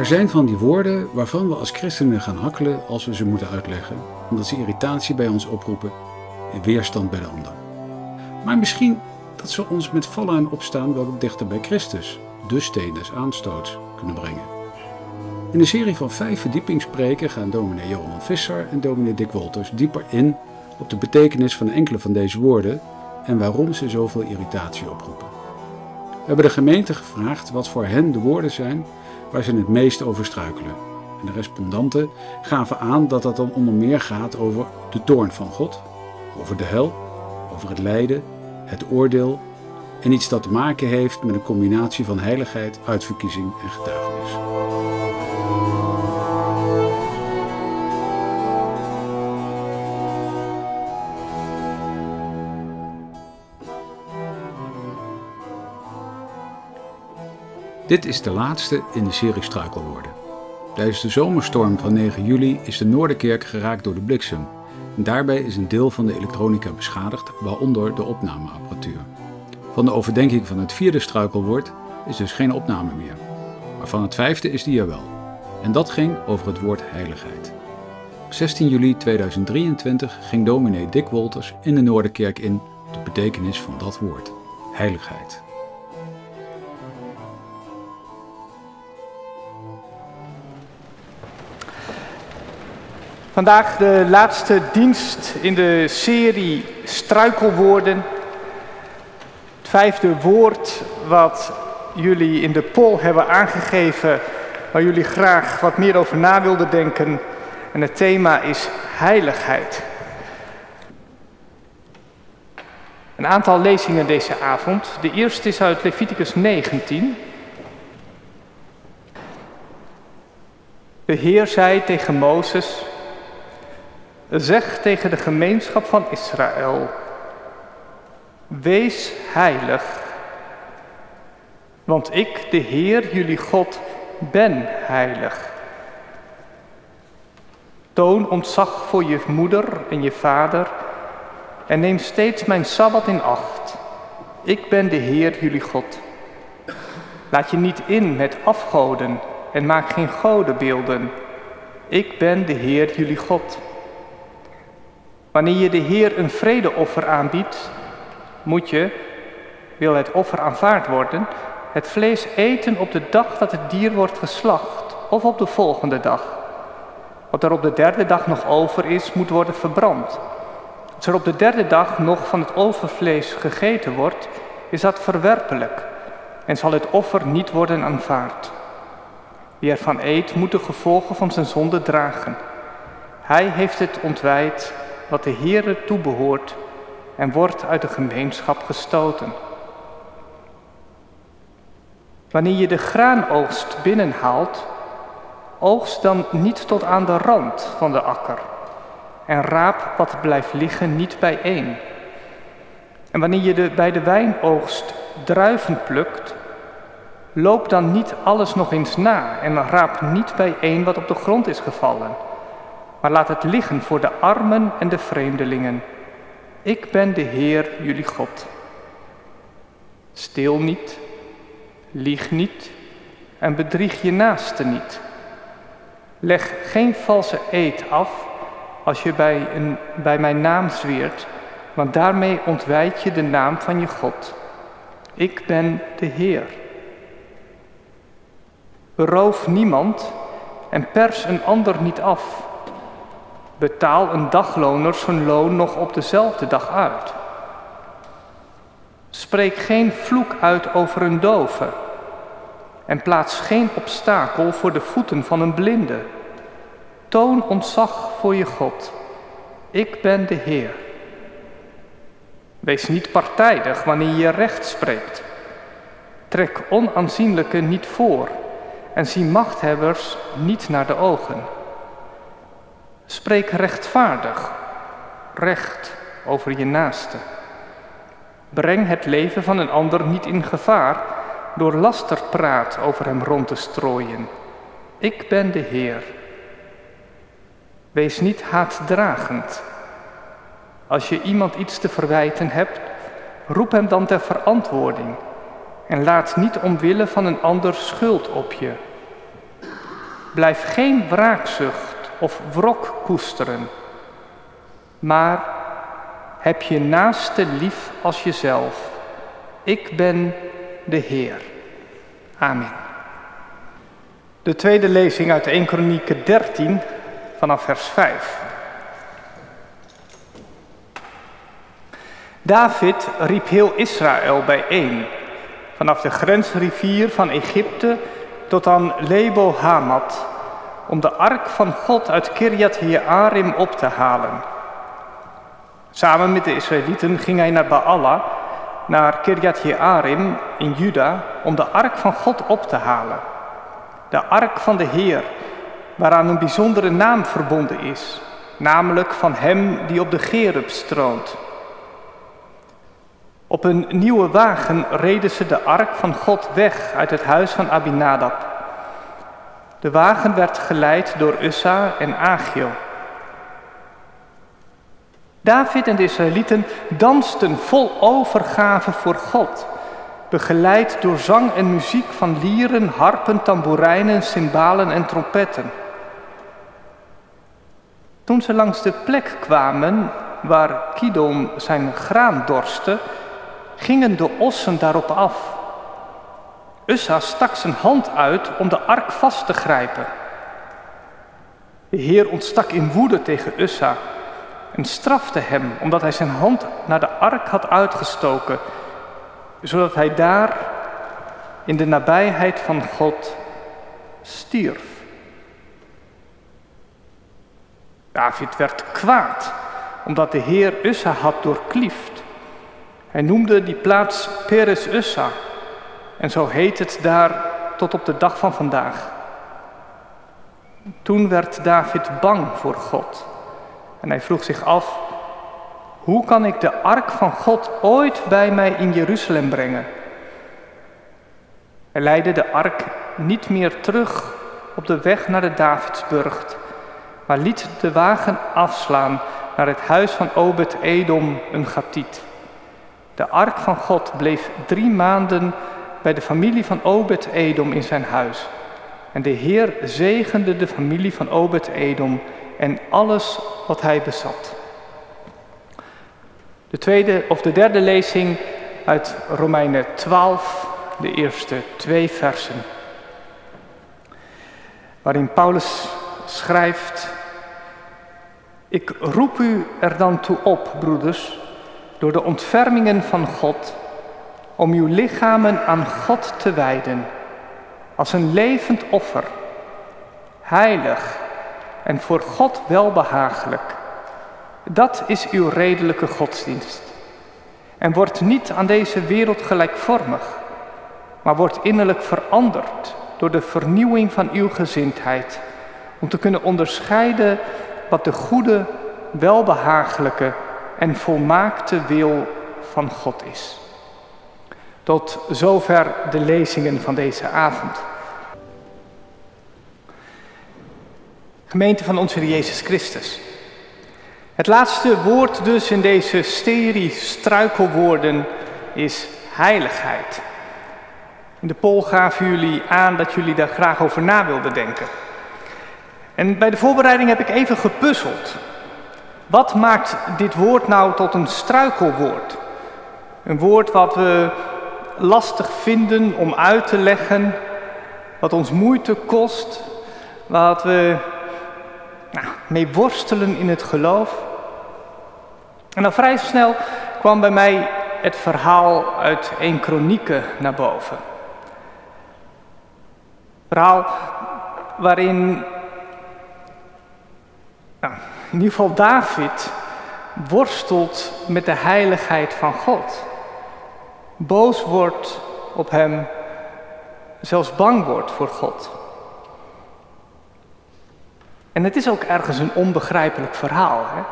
Er zijn van die woorden waarvan we als christenen gaan hakkelen als we ze moeten uitleggen, omdat ze irritatie bij ons oproepen en weerstand bij de ander. Maar misschien dat ze ons met vallen en opstaan wel wat dichter bij Christus, de steen des aanstoots, kunnen brengen. In een serie van 5 verdiepingspreken gaan dominee Johan Visser en dominee Dick Wolters dieper in op de betekenis van enkele van deze woorden en waarom ze zoveel irritatie oproepen. We hebben de gemeente gevraagd wat voor hen de woorden zijn waar ze het meest over struikelen. En de respondanten gaven aan dat dat dan onder meer gaat over de toorn van God, over de hel, over het lijden, het oordeel en iets dat te maken heeft met een combinatie van heiligheid, uitverkiezing en getuigenis. Dit is de laatste in de serie struikelwoorden. Tijdens de zomerstorm van 9 juli is de Noorderkerk geraakt door de bliksem. En daarbij is een deel van de elektronica beschadigd, waaronder de opnameapparatuur. Van de overdenking van het 4e struikelwoord is dus geen opname meer. Maar van het 5e is die er wel. En dat ging over het woord heiligheid. Op 16 juli 2023 ging dominee Dick Wolters in de Noorderkerk in op de betekenis van dat woord. Heiligheid. Vandaag de laatste dienst in de serie struikelwoorden. Het 5e woord wat jullie in de poll hebben aangegeven, waar jullie graag wat meer over na wilden denken. En het thema is heiligheid. Een aantal lezingen deze avond. De eerste is uit Leviticus 19. De Heer zei tegen Mozes: zeg tegen de gemeenschap van Israël: wees heilig, want ik, de Heer, jullie God, ben heilig. Toon ontzag voor je moeder en je vader en neem steeds mijn Sabbat in acht. Ik ben de Heer, jullie God. Laat je niet in met afgoden en maak geen godenbeelden. Ik ben de Heer, jullie God. Wanneer je de Heer een vredeoffer aanbiedt, moet je, wil het offer aanvaard worden, het vlees eten op de dag dat het dier wordt geslacht of op de volgende dag. Wat er op de 3e dag nog over is, moet worden verbrand. Als er op de 3e dag nog van het overvlees gegeten wordt, is dat verwerpelijk en zal het offer niet worden aanvaard. Wie ervan eet, moet de gevolgen van zijn zonde dragen. Hij heeft het ontwijd wat de Heere toebehoort en wordt uit de gemeenschap gestoten. Wanneer je de graanoogst binnenhaalt, oogst dan niet tot aan de rand van de akker en raap wat blijft liggen niet bijeen. En wanneer je bij de wijnoogst druiven plukt, loop dan niet alles nog eens na en raap niet bijeen wat op de grond is gevallen, maar laat het liggen voor de armen en de vreemdelingen. Ik ben de Heer, jullie God. Steel niet, lieg niet en bedrieg je naaste niet. Leg geen valse eed af als je bij mijn naam zweert, want daarmee ontwijd je de naam van je God. Ik ben de Heer. Beroof niemand en pers een ander niet af. Betaal een dagloner zijn loon nog op dezelfde dag uit. Spreek geen vloek uit over een dove en plaats geen obstakel voor de voeten van een blinde. Toon ontzag voor je God. Ik ben de Heer. Wees niet partijdig wanneer je recht spreekt. Trek onaanzienlijken niet voor en zie machthebbers niet naar de ogen. Spreek rechtvaardig, recht over je naaste. Breng het leven van een ander niet in gevaar door lasterpraat over hem rond te strooien. Ik ben de Heer. Wees niet haatdragend. Als je iemand iets te verwijten hebt, roep hem dan ter verantwoording en laat niet omwille van een ander schuld op je. Blijf geen wraakzucht of wrok koesteren, maar heb je naaste lief als jezelf. Ik ben de Heer. Amen. De tweede lezing uit 1 Kronieken 13 vanaf vers 5. David riep heel Israël bijeen, vanaf de grensrivier van Egypte tot aan Lebo Hamat, om de ark van God uit Kirjat Jearim op te halen. Samen met de Israëlieten ging hij naar Baala, naar Kirjat Jearim in Juda, om de ark van God op te halen. De ark van de Heer, waaraan een bijzondere naam verbonden is, namelijk van hem die op de Gerub stroont. Op een nieuwe wagen reden ze de ark van God weg uit het huis van Abinadab. De wagen werd geleid door Ussa en Achiel. David en de Israëlieten dansten vol overgave voor God, begeleid door zang en muziek van lieren, harpen, tamboerijnen, cymbalen en trompetten. Toen ze langs de plek kwamen waar Kidon zijn graan dorste, gingen de ossen daarop af. Ussa stak zijn hand uit om de ark vast te grijpen. De Heer ontstak in woede tegen Ussa en strafte hem omdat hij zijn hand naar de ark had uitgestoken, zodat hij daar in de nabijheid van God stierf. David werd kwaad omdat de Heer Ussa had doorkliefd. Hij noemde die plaats Peres Ussa en zo heet het daar tot op de dag van vandaag. Toen werd David bang voor God en hij vroeg zich af: hoe kan ik de ark van God ooit bij mij in Jeruzalem brengen? Hij leidde de ark niet meer terug op de weg naar de Davidsburcht, maar liet de wagen afslaan naar het huis van Obed-Edom, een Gatiet. De ark van God bleef 3 maanden bij de familie van Obed-Edom in zijn huis. En de Heer zegende de familie van Obed-Edom en alles wat hij bezat. De derde lezing uit Romeinen 12, de eerste 2 versen. Waarin Paulus schrijft: ik roep u er dan toe op, broeders, door de ontfermingen van God, om uw lichamen aan God te wijden, als een levend offer, heilig en voor God welbehagelijk. Dat is uw redelijke godsdienst. En wordt niet aan deze wereld gelijkvormig, maar wordt innerlijk veranderd door de vernieuwing van uw gezindheid, om te kunnen onderscheiden wat de goede, welbehagelijke en volmaakte wil van God is. Tot zover de lezingen van deze avond. Gemeente van onze Heer Jezus Christus. Het laatste woord dus in deze serie struikelwoorden is heiligheid. In de poll gaven jullie aan dat jullie daar graag over na wilden denken. En bij de voorbereiding heb ik even gepuzzeld. Wat maakt dit woord nou tot een struikelwoord? Een woord wat we lastig vinden om uit te leggen, wat ons moeite kost, wat we mee worstelen in het geloof. En dan vrij snel kwam bij mij het verhaal uit 1 Kronieken naar boven. Verhaal waarin in ieder geval David worstelt met de heiligheid van God. Boos wordt op hem, zelfs bang wordt voor God. En het is ook ergens een onbegrijpelijk verhaal. Hè?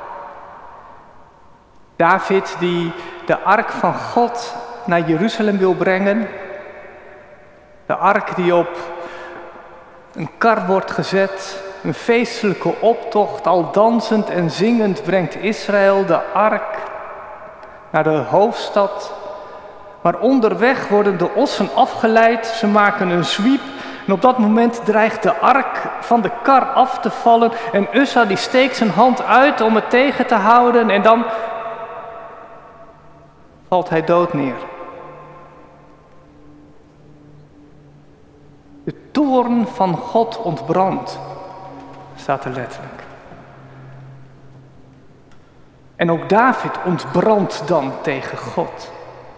David die de ark van God naar Jeruzalem wil brengen. De ark die op een kar wordt gezet. Een feestelijke optocht, al dansend en zingend brengt Israël de ark naar de hoofdstad. Maar onderweg worden de ossen afgeleid, ze maken een zwiep, En op dat moment dreigt de ark van de kar af te vallen en Ussa die steekt zijn hand uit om het tegen te houden en dan valt hij dood neer. De toorn van God ontbrandt, staat er letterlijk. En ook David ontbrandt dan tegen God.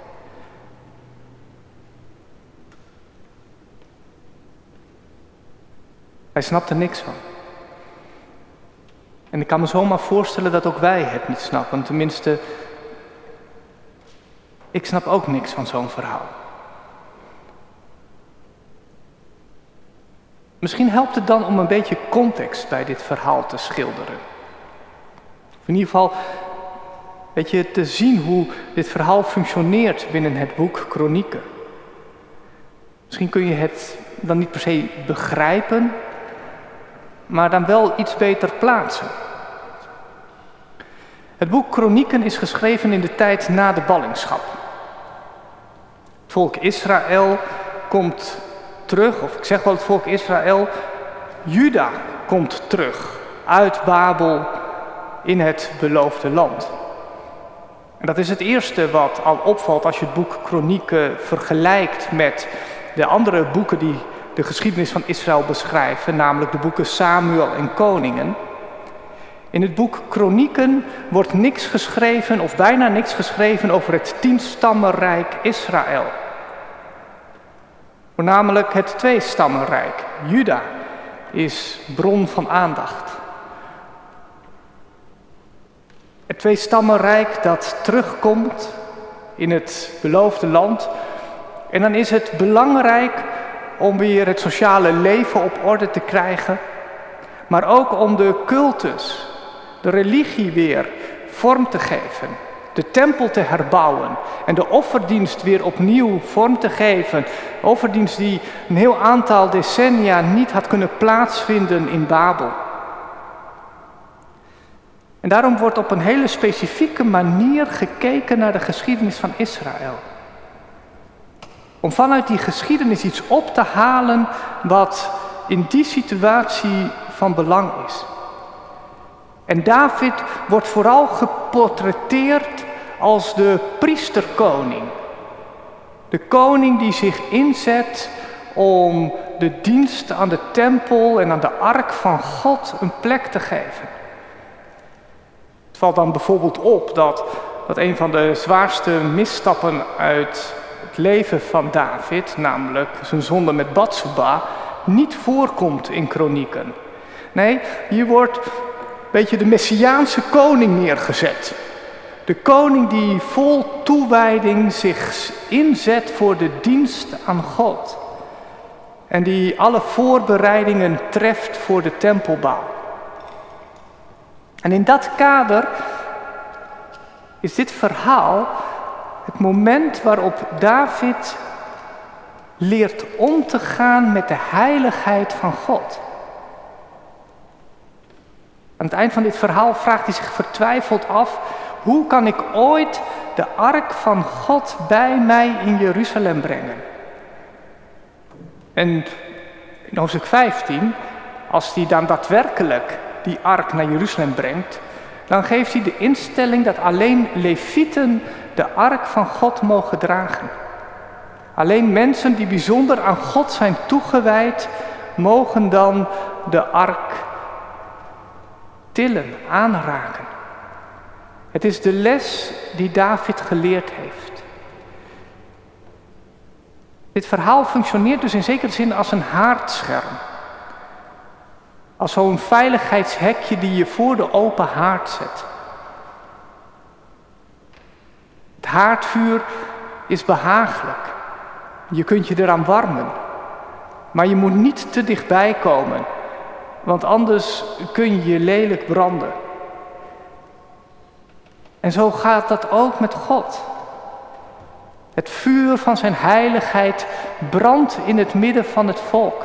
Hij snapt er niks van. En ik kan me zomaar voorstellen dat ook wij het niet snappen. Tenminste, ik snap ook niks van zo'n verhaal. Misschien helpt het dan om een beetje context bij dit verhaal te schilderen. Of in ieder geval een beetje te zien hoe dit verhaal functioneert binnen het boek Kronieken. Misschien kun je het dan niet per se begrijpen, maar dan wel iets beter plaatsen. Het boek Kronieken is geschreven in de tijd na de ballingschap. Het volk Israël komt terug, of ik zeg wel het volk Israël, Juda komt terug uit Babel in het beloofde land. En dat is het eerste wat al opvalt als je het boek Kronieken vergelijkt met de andere boeken die de geschiedenis van Israël beschrijven, namelijk de boeken Samuel en Koningen. In het boek Kronieken wordt niks geschreven, of bijna niks geschreven, over het 10-stammenrijk Israël. Voornamelijk het 2-stammenrijk. Juda is bron van aandacht. Het 2-stammenrijk dat terugkomt in het beloofde land. En dan is het belangrijk om weer het sociale leven op orde te krijgen, maar ook om de cultus, de religie weer vorm te geven, de tempel te herbouwen en de offerdienst weer opnieuw vorm te geven. Offerdienst die een heel aantal decennia niet had kunnen plaatsvinden in Babel. En daarom wordt op een hele specifieke manier gekeken naar de geschiedenis van Israël. Om vanuit die geschiedenis iets op te halen wat in die situatie van belang is. En David wordt vooral geportretteerd als de priesterkoning. De koning die zich inzet om de dienst aan de tempel en aan de ark van God een plek te geven. Het valt dan bijvoorbeeld op dat een van de zwaarste misstappen uit het leven van David, namelijk zijn zonde met Batsheba, niet voorkomt in Kronieken. Nee, hier wordt een beetje de Messiaanse koning neergezet. De koning die vol toewijding zich inzet voor de dienst aan God. En die alle voorbereidingen treft voor de tempelbouw. En in dat kader is dit verhaal het moment waarop David leert om te gaan met de heiligheid van God. Aan het eind van dit verhaal vraagt hij zich vertwijfeld af: hoe kan ik ooit de ark van God bij mij in Jeruzalem brengen? En in hoofdstuk 15, als hij dan daadwerkelijk die ark naar Jeruzalem brengt, dan geeft hij de instelling dat alleen Levieten de ark van God mogen dragen. Alleen mensen die bijzonder aan God zijn toegewijd, mogen dan de ark tillen, aanraken. Het is de les die David geleerd heeft. Dit verhaal functioneert dus in zekere zin als een haardscherm. Als zo'n veiligheidshekje die je voor de open haard zet. Het haardvuur is behagelijk. Je kunt je eraan warmen. Maar je moet niet te dichtbij komen, want anders kun je je lelijk branden. En zo gaat dat ook met God. Het vuur van zijn heiligheid brandt in het midden van het volk.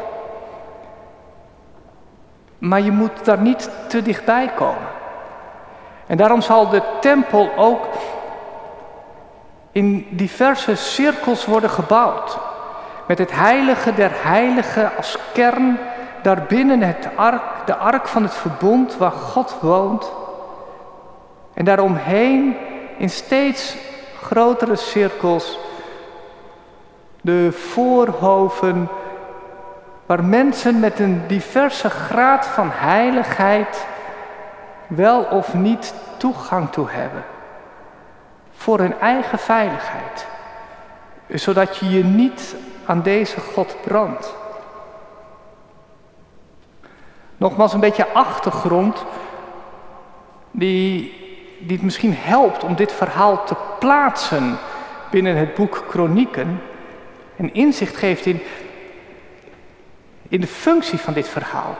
Maar je moet daar niet te dichtbij komen. En daarom zal de tempel ook in diverse cirkels worden gebouwd. met het heilige der heiligen als kern, daarbinnen de ark van het verbond waar God woont. En daaromheen in steeds grotere cirkels de voorhoven waar mensen met een diverse graad van heiligheid wel of niet toegang toe hebben. Voor hun eigen veiligheid. Zodat je je niet aan deze God brandt. Nogmaals een beetje achtergrond die het misschien helpt om dit verhaal te plaatsen binnen het boek Kronieken. En inzicht geeft in de functie van dit verhaal.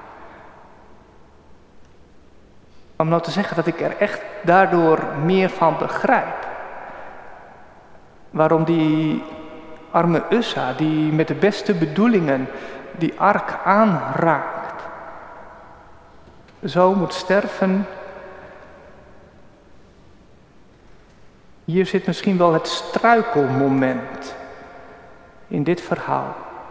Om nou te zeggen dat ik er echt daardoor meer van begrijp. Waarom die arme Ussa, die met de beste bedoelingen die ark aanraakt, zo moet sterven. Hier zit misschien wel het struikelmoment in dit verhaal.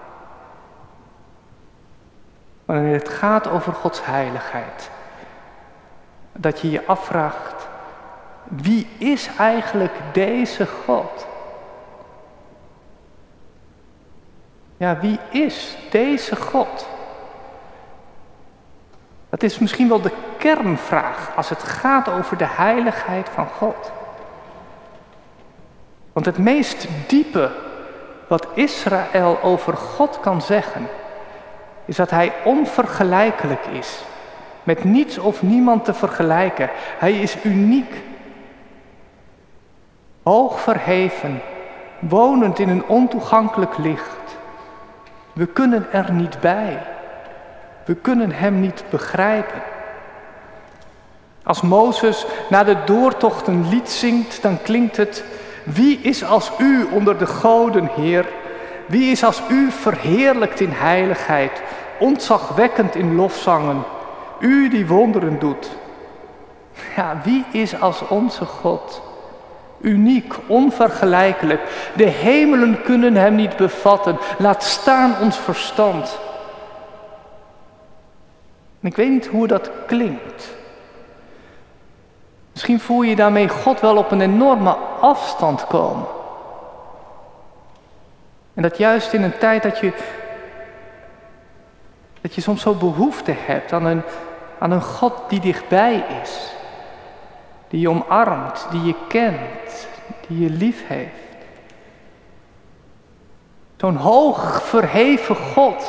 Wanneer het gaat over Gods heiligheid. Dat je je afvraagt, wie is eigenlijk deze God? Ja, wie is deze God? Dat is misschien wel de kernvraag als het gaat over de heiligheid van God. Want het meest diepe wat Israël over God kan zeggen, is dat hij onvergelijkelijk is. Met niets of niemand te vergelijken. Hij is uniek. Hoog verheven, wonend in een ontoegankelijk licht. We kunnen er niet bij. We kunnen hem niet begrijpen. Als Mozes na de doortocht een lied zingt, dan klinkt het: wie is als u onder de goden, Heer? Wie is als u verheerlijkt in heiligheid, ontzagwekkend in lofzangen? U die wonderen doet. Ja, wie is als onze God? Uniek, onvergelijkelijk. De hemelen kunnen hem niet bevatten. Laat staan ons verstand. En ik weet niet hoe dat klinkt. Misschien voel je daarmee God wel op een enorme afstand komen. En dat juist in een tijd dat je soms zo behoefte hebt aan een God die dichtbij is. Die je omarmt, die je kent, die je lief heeft. Zo'n hoog verheven God.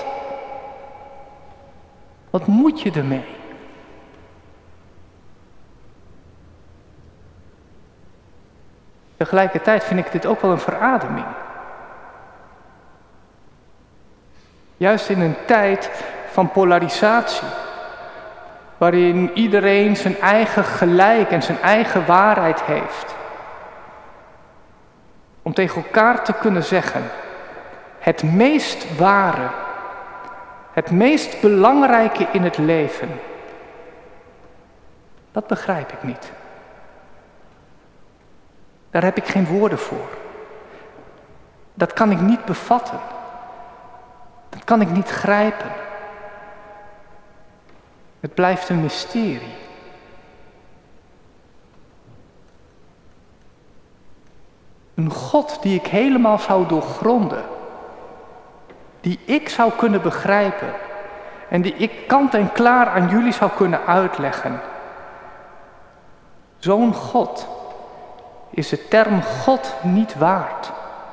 Wat moet je ermee? Tegelijkertijd vind ik dit ook wel een verademing. Juist in een tijd van polarisatie, waarin iedereen zijn eigen gelijk en zijn eigen waarheid heeft. Om tegen elkaar te kunnen zeggen, het meest ware, het meest belangrijke in het leven, dat begrijp ik niet. Daar heb ik geen woorden voor. Dat kan ik niet bevatten. Dat kan ik niet grijpen. Het blijft een mysterie. Een God die ik helemaal zou doorgronden. Die ik zou kunnen begrijpen. En die ik kant en klaar aan jullie zou kunnen uitleggen. Zo'n God is de term God niet waard.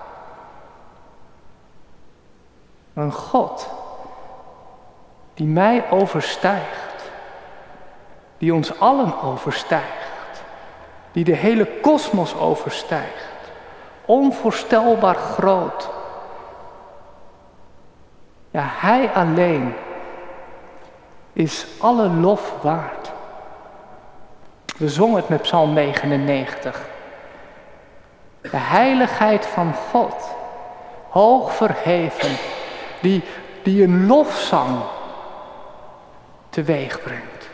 Een God die mij overstijgt. Die ons allen overstijgt. Die de hele kosmos overstijgt. Onvoorstelbaar groot. Ja, hij alleen is alle lof waard. We zongen het met Psalm 99. De heiligheid van God, hoog verheven, die een lofzang teweeg brengt.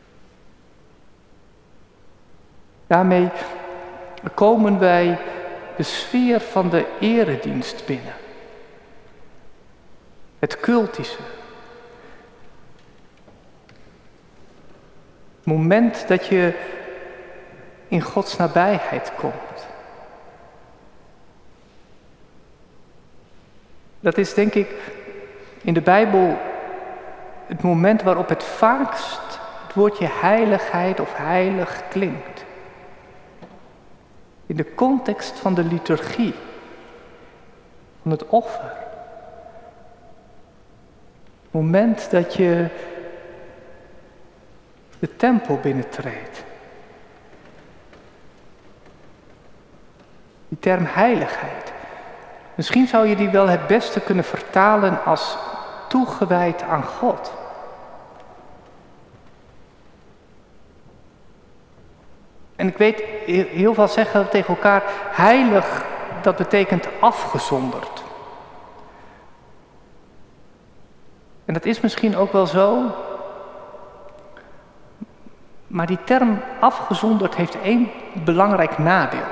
Daarmee komen wij de sfeer van de eredienst binnen. Het cultische. Het moment dat je in Gods nabijheid komt. Dat is denk ik in de Bijbel het moment waarop het vaakst het woordje heiligheid of heilig klinkt. In de context van de liturgie, van het offer. Het moment dat je de tempel binnentreedt. Die term heiligheid. Misschien zou je die wel het beste kunnen vertalen als toegewijd aan God. En ik weet, heel veel zeggen tegen elkaar, heilig, dat betekent afgezonderd. En dat is misschien ook wel zo. Maar die term afgezonderd heeft één belangrijk nadeel.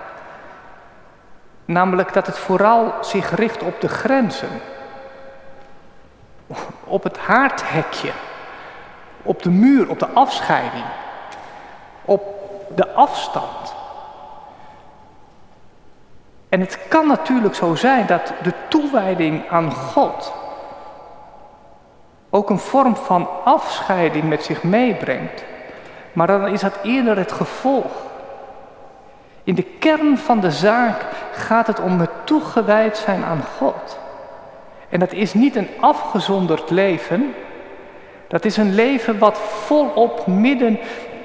Namelijk dat het vooral zich richt op de grenzen. Op het haardhekje. Op de muur, op de afscheiding. Op de afstand. En het kan natuurlijk zo zijn dat de toewijding aan God ook een vorm van afscheiding met zich meebrengt. Maar dan is dat eerder het gevolg. In de kern van de zaak gaat het om het toegewijd zijn aan God. En dat is niet een afgezonderd leven. Dat is een leven wat volop midden...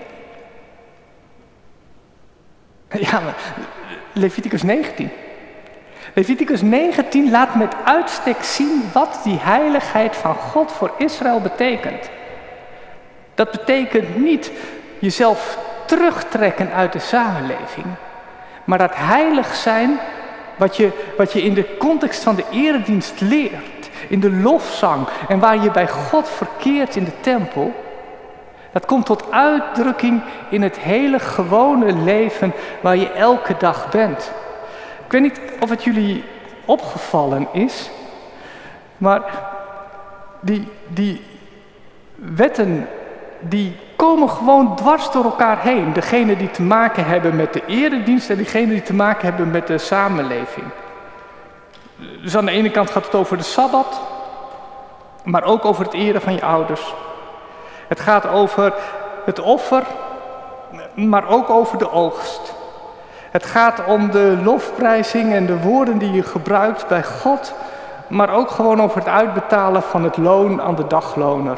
Ja, Leviticus 19. Leviticus 19 laat met uitstek zien wat die heiligheid van God voor Israël betekent. Dat betekent niet jezelf terugtrekken uit de samenleving. Maar dat heilig zijn, wat je in de context van de eredienst leert, in de lofzang en waar je bij God verkeert in de tempel, dat komt tot uitdrukking in het hele gewone leven waar je elke dag bent. Ik weet niet of het jullie opgevallen is, maar die wetten die komen gewoon dwars door elkaar heen. Degene die te maken hebben met de eredienst en degene die te maken hebben met de samenleving. Dus aan de ene kant gaat het over de Sabbat, maar ook over het eren van je ouders. Het gaat over het offer, maar ook over de oogst. Het gaat om de lofprijzing en de woorden die je gebruikt bij God, maar ook gewoon over het uitbetalen van het loon aan de dagloner.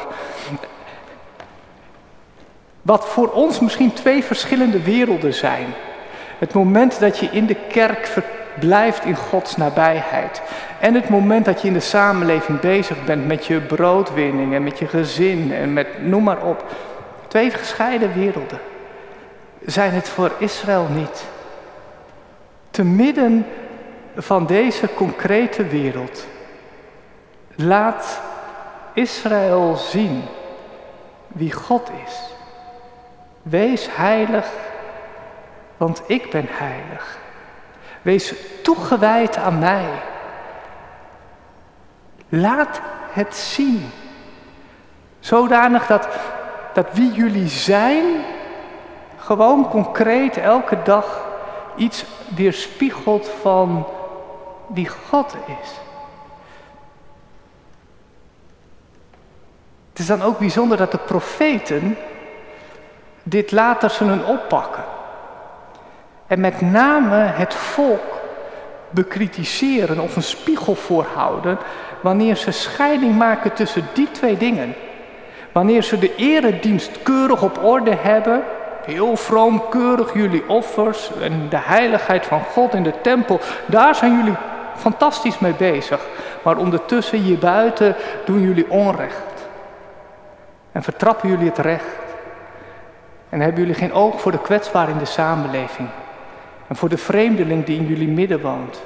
Wat voor ons misschien twee verschillende werelden zijn. Het moment dat je in de kerk verblijft in Gods nabijheid. En het moment dat je in de samenleving bezig bent met je broodwinning en met je gezin en met noem maar op. Twee gescheiden werelden. Zijn het voor Israël niet. Te midden van deze concrete wereld laat Israël zien wie God is. Wees heilig, want ik ben heilig. Wees toegewijd aan mij. Laat het zien. Zodanig dat wie jullie zijn, gewoon concreet elke dag iets weerspiegelt van wie God is. Het is dan ook bijzonder dat de profeten dit later zullen oppakken. En met name het volk bekritiseren of een spiegel voorhouden wanneer ze scheiding maken tussen die twee dingen. Wanneer ze de eredienst keurig op orde hebben, heel vroom, keurig jullie offers en de heiligheid van God in de tempel, daar zijn jullie fantastisch mee bezig. Maar ondertussen hier buiten doen jullie onrecht. En vertrappen jullie het recht. En hebben jullie geen oog voor de kwetsbaar in de samenleving. En voor de vreemdeling die in jullie midden woont.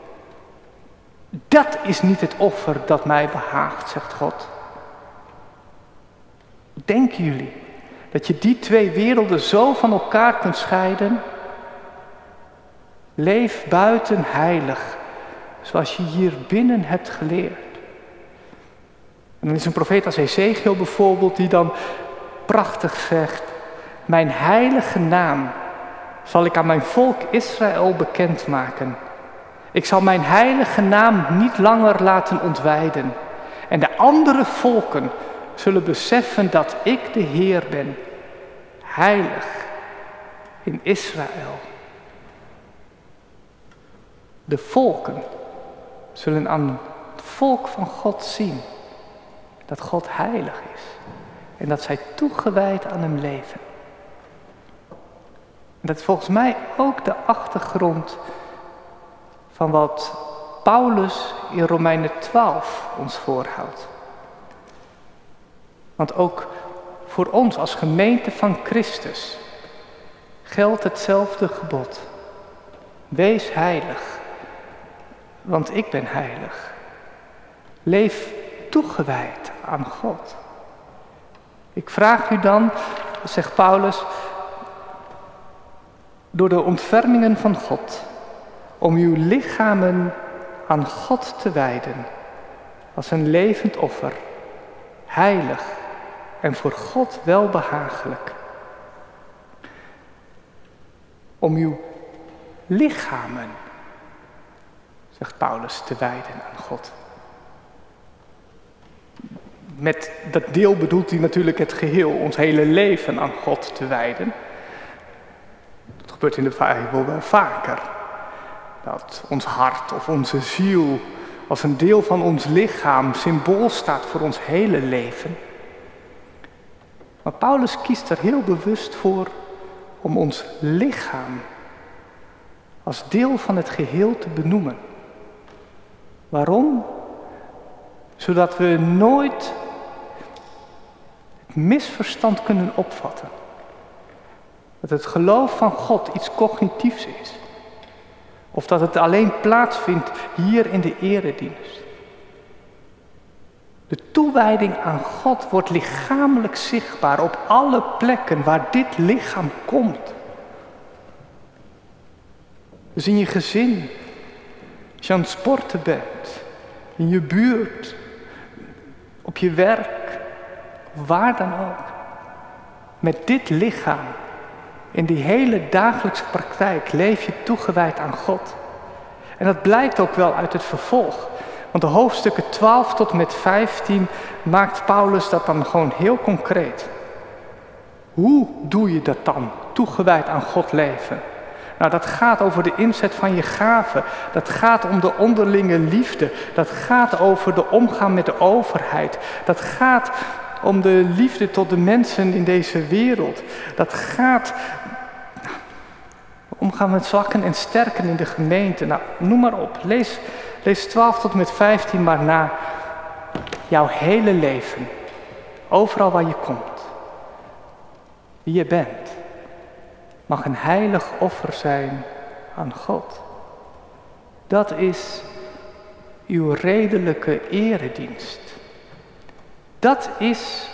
Dat is niet het offer dat mij behaagt, zegt God. Denken jullie dat je die twee werelden zo van elkaar kunt scheiden? Leef buiten heilig, zoals je hier binnen hebt geleerd. En dan is een profeet als Ezechiel bijvoorbeeld die dan prachtig zegt: mijn heilige naam zal ik aan mijn volk Israël bekendmaken. Ik zal mijn heilige naam niet langer laten ontwijden. En de andere volken zullen beseffen dat ik de Heer ben, heilig in Israël. De volken zullen aan het volk van God zien dat God heilig is en dat zij toegewijd aan hem leven. En dat is volgens mij ook de achtergrond van wat Paulus in Romeinen 12 ons voorhoudt. Want ook voor ons als gemeente van Christus geldt hetzelfde gebod. Wees heilig, want ik ben heilig. Leef toegewijd aan God. Ik vraag u dan, zegt Paulus, door de ontfermingen van God, om uw lichamen aan God te wijden, als een levend offer, heilig en voor God welbehagelijk. Om uw lichamen, zegt Paulus, te wijden aan God. Met dat deel bedoelt hij natuurlijk het geheel, ons hele leven aan God te wijden. Dat gebeurt in de Bijbel wel vaker. Dat ons hart of onze ziel als een deel van ons lichaam symbool staat voor ons hele leven. Maar Paulus kiest er heel bewust voor om ons lichaam als deel van het geheel te benoemen. Waarom? Zodat we nooit het misverstand kunnen opvatten. Dat het geloof van God iets cognitiefs is. Of dat het alleen plaatsvindt hier in de eredienst. De toewijding aan God wordt lichamelijk zichtbaar op alle plekken waar dit lichaam komt. Dus in je gezin, als je aan het sporten bent, in je buurt, op je werk, waar dan ook. Met dit lichaam, in die hele dagelijkse praktijk, leef je toegewijd aan God. En dat blijkt ook wel uit het vervolg. Want de hoofdstukken 12 tot en met 15 maakt Paulus dat dan gewoon heel concreet. Hoe doe je dat dan, toegewijd aan God leven? Nou, dat gaat over de inzet van je gaven. Dat gaat om de onderlinge liefde. Dat gaat over de omgang met de overheid. Dat gaat om de liefde tot de mensen in deze wereld. Dat gaat omgaan met zwakken en sterken in de gemeente. Nou, noem maar op. Lees 12 tot en met 15 maar na. Jouw hele leven. Overal waar je komt. Wie je bent. Mag een heilig offer zijn aan God. Dat is uw redelijke eredienst. Dat is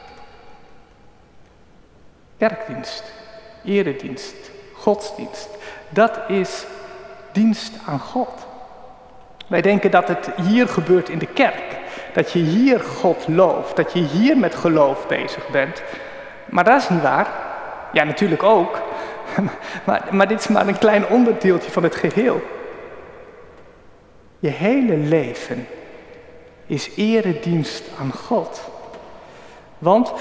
kerkdienst, eredienst, godsdienst. Dat is dienst aan God. Wij denken dat het hier gebeurt in de kerk. Dat je hier God looft, dat je hier met geloof bezig bent. Maar dat is niet waar. Ja, natuurlijk ook. Maar dit is maar een klein onderdeeltje van het geheel. Je hele leven is eredienst aan God. Want,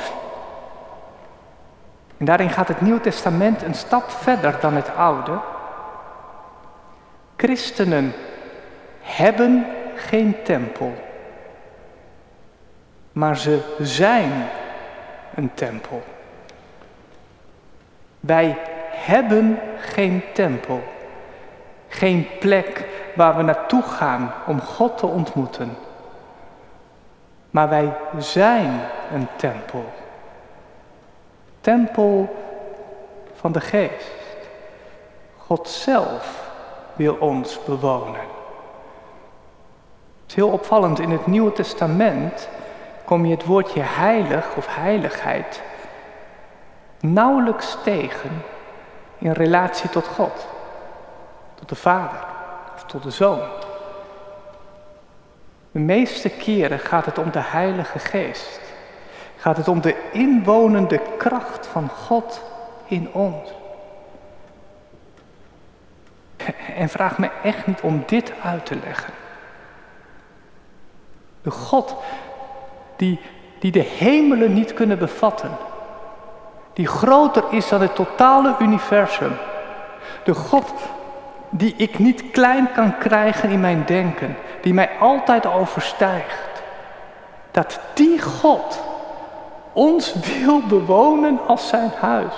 en daarin gaat het Nieuwe Testament een stap verder dan het Oude. Christenen hebben geen tempel. Maar ze zijn een tempel. Wij hebben geen tempel. Geen plek waar we naartoe gaan om God te ontmoeten. Maar wij zijn een tempel. Tempel van de Geest. God zelf wil ons bewonen. Het is heel opvallend, in het Nieuwe Testament kom je het woordje heilig of heiligheid nauwelijks tegen in relatie tot God. tot de Vader of tot de Zoon. De meeste keren gaat het om de Heilige Geest. Gaat het om de inwonende kracht van God in ons. En vraag me echt niet om dit uit te leggen. De God die de hemelen niet kunnen bevatten. Die groter is dan het totale universum. De God die ik niet klein kan krijgen in mijn denken. Die mij altijd overstijgt. Dat die God ons wil bewonen als zijn huis.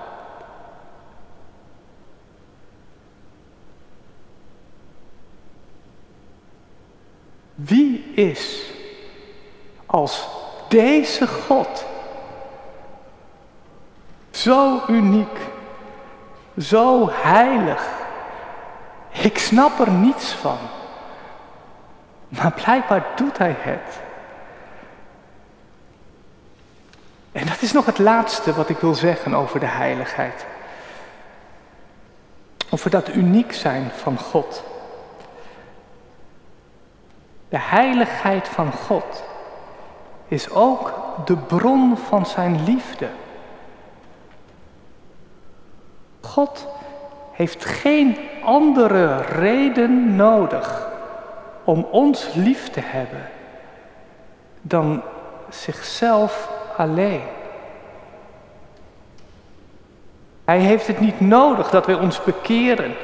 Wie is als deze God zo uniek, zo heilig? Ik snap er niets van. Maar blijkbaar doet hij het. En dat is nog het laatste wat ik wil zeggen over de heiligheid. Over dat uniek zijn van God. De heiligheid van God is ook de bron van zijn liefde. God heeft geen andere reden nodig om ons lief te hebben dan zichzelf alleen. Hij heeft het niet nodig dat wij ons bekeren.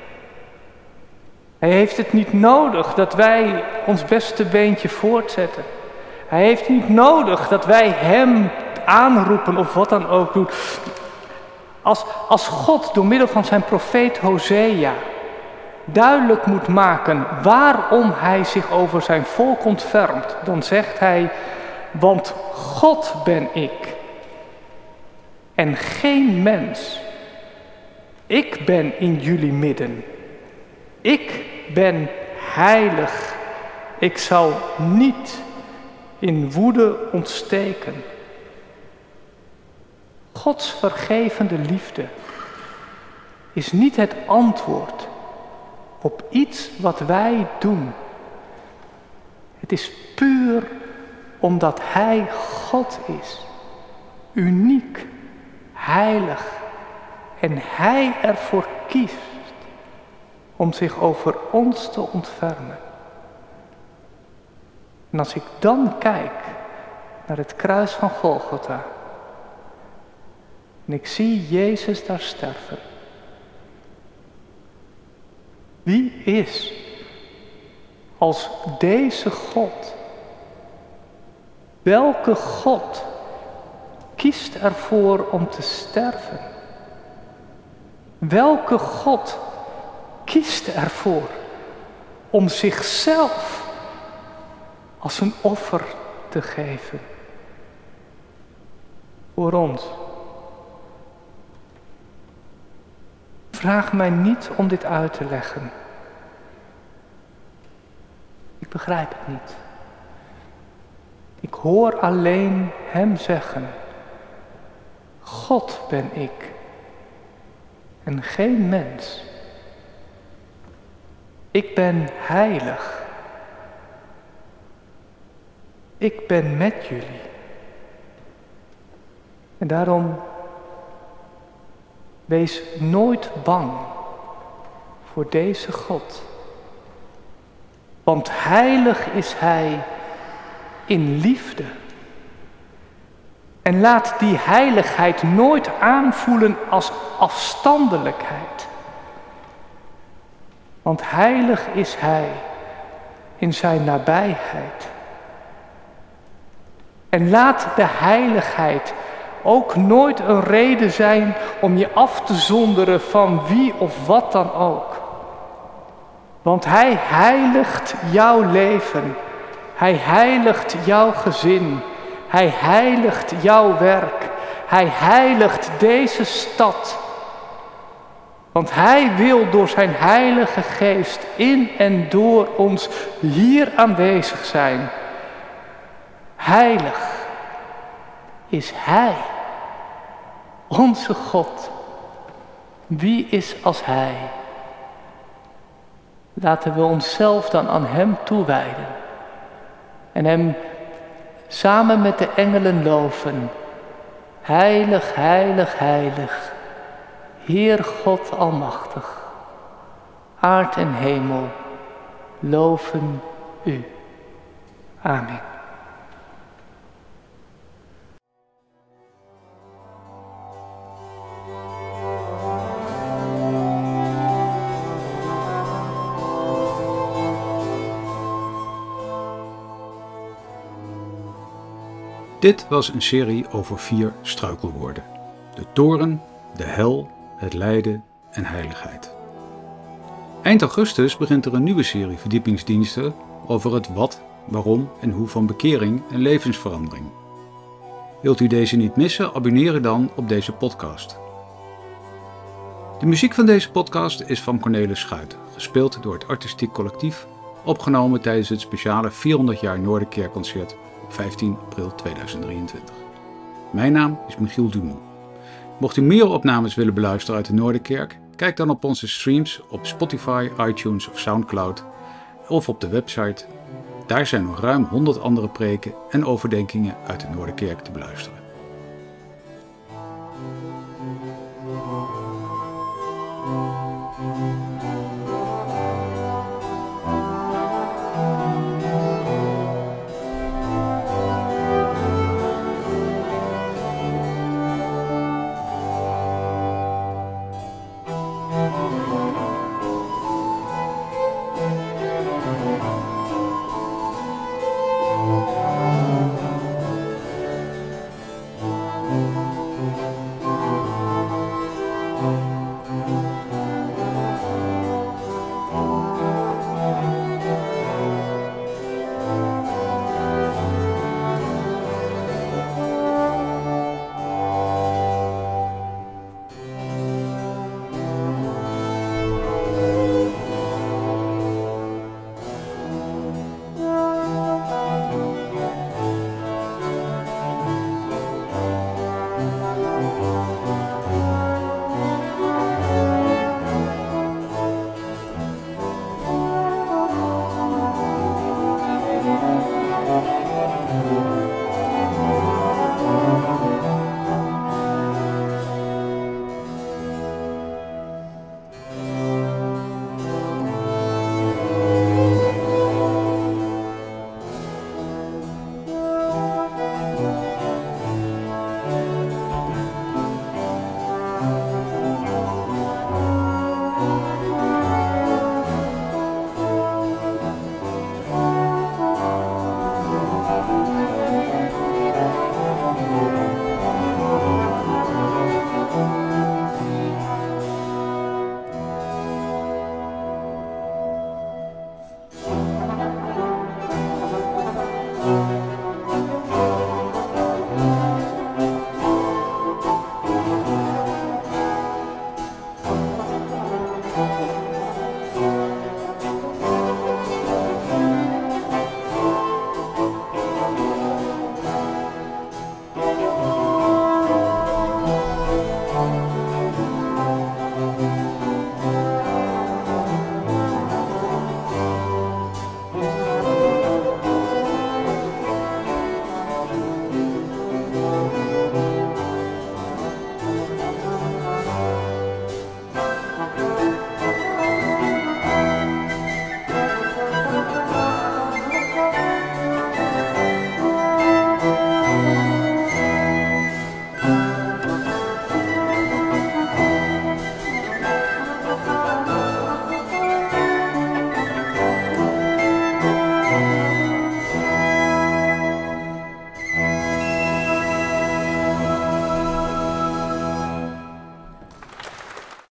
Hij heeft het niet nodig dat wij ons beste beentje voortzetten. Hij heeft niet nodig dat wij hem aanroepen of wat dan ook doen. Als God door middel van zijn profeet Hosea duidelijk moet maken waarom hij zich over zijn volk ontfermt, dan zegt hij, want God ben ik en geen mens. Ik ben in jullie midden. Ik ben heilig. Ik zal niet in woede ontsteken. Gods vergevende liefde is niet het antwoord op iets wat wij doen. Het is puur omdat Hij God is. Uniek, heilig. En Hij ervoor kiest om zich over ons te ontfermen. En als ik dan kijk naar het kruis van Golgotha en ik zie Jezus daar sterven. Wie is als deze God? Welke God kiest ervoor om te sterven? Welke God kiest ervoor om zichzelf als een offer te geven? Voor ons. Vraag mij niet om dit uit te leggen. Ik begrijp het niet. Ik hoor alleen Hem zeggen, God ben ik en geen mens. Ik ben heilig. Ik ben met jullie. En daarom wees nooit bang voor deze God. Want heilig is Hij in liefde. En laat die heiligheid nooit aanvoelen als afstandelijkheid. Want heilig is Hij in zijn nabijheid. En laat de heiligheid ook nooit een reden zijn om je af te zonderen van wie of wat dan ook. Want Hij heiligt jouw leven. Hij heiligt jouw gezin. Hij heiligt jouw werk. Hij heiligt deze stad. Want Hij wil door zijn Heilige Geest in en door ons hier aanwezig zijn. Heilig is Hij, onze God. Wie is als Hij? laten we onszelf dan aan Hem toewijden. En Hem samen met de engelen loven. Heilig, heilig, heilig, Heer God Almachtig. Aard en hemel loven U. Amen. Dit was een serie over 4 struikelwoorden. De toren, de hel, het lijden en heiligheid. Eind augustus begint er een nieuwe serie verdiepingsdiensten over het wat, waarom en hoe van bekering en levensverandering. Wilt u deze niet missen, abonneer u dan op deze podcast. De muziek van deze podcast is van Cornelis Schuit, gespeeld door het Artistiek Collectief, opgenomen tijdens het speciale 400 jaar Noorderkerkconcert op 15 april 2023. Mijn naam is Michiel Dumont. Mocht u meer opnames willen beluisteren uit de Noorderkerk, kijk dan op onze streams op Spotify, iTunes of Soundcloud of op de website. Daar zijn nog ruim 100 andere preken en overdenkingen uit de Noorderkerk te beluisteren.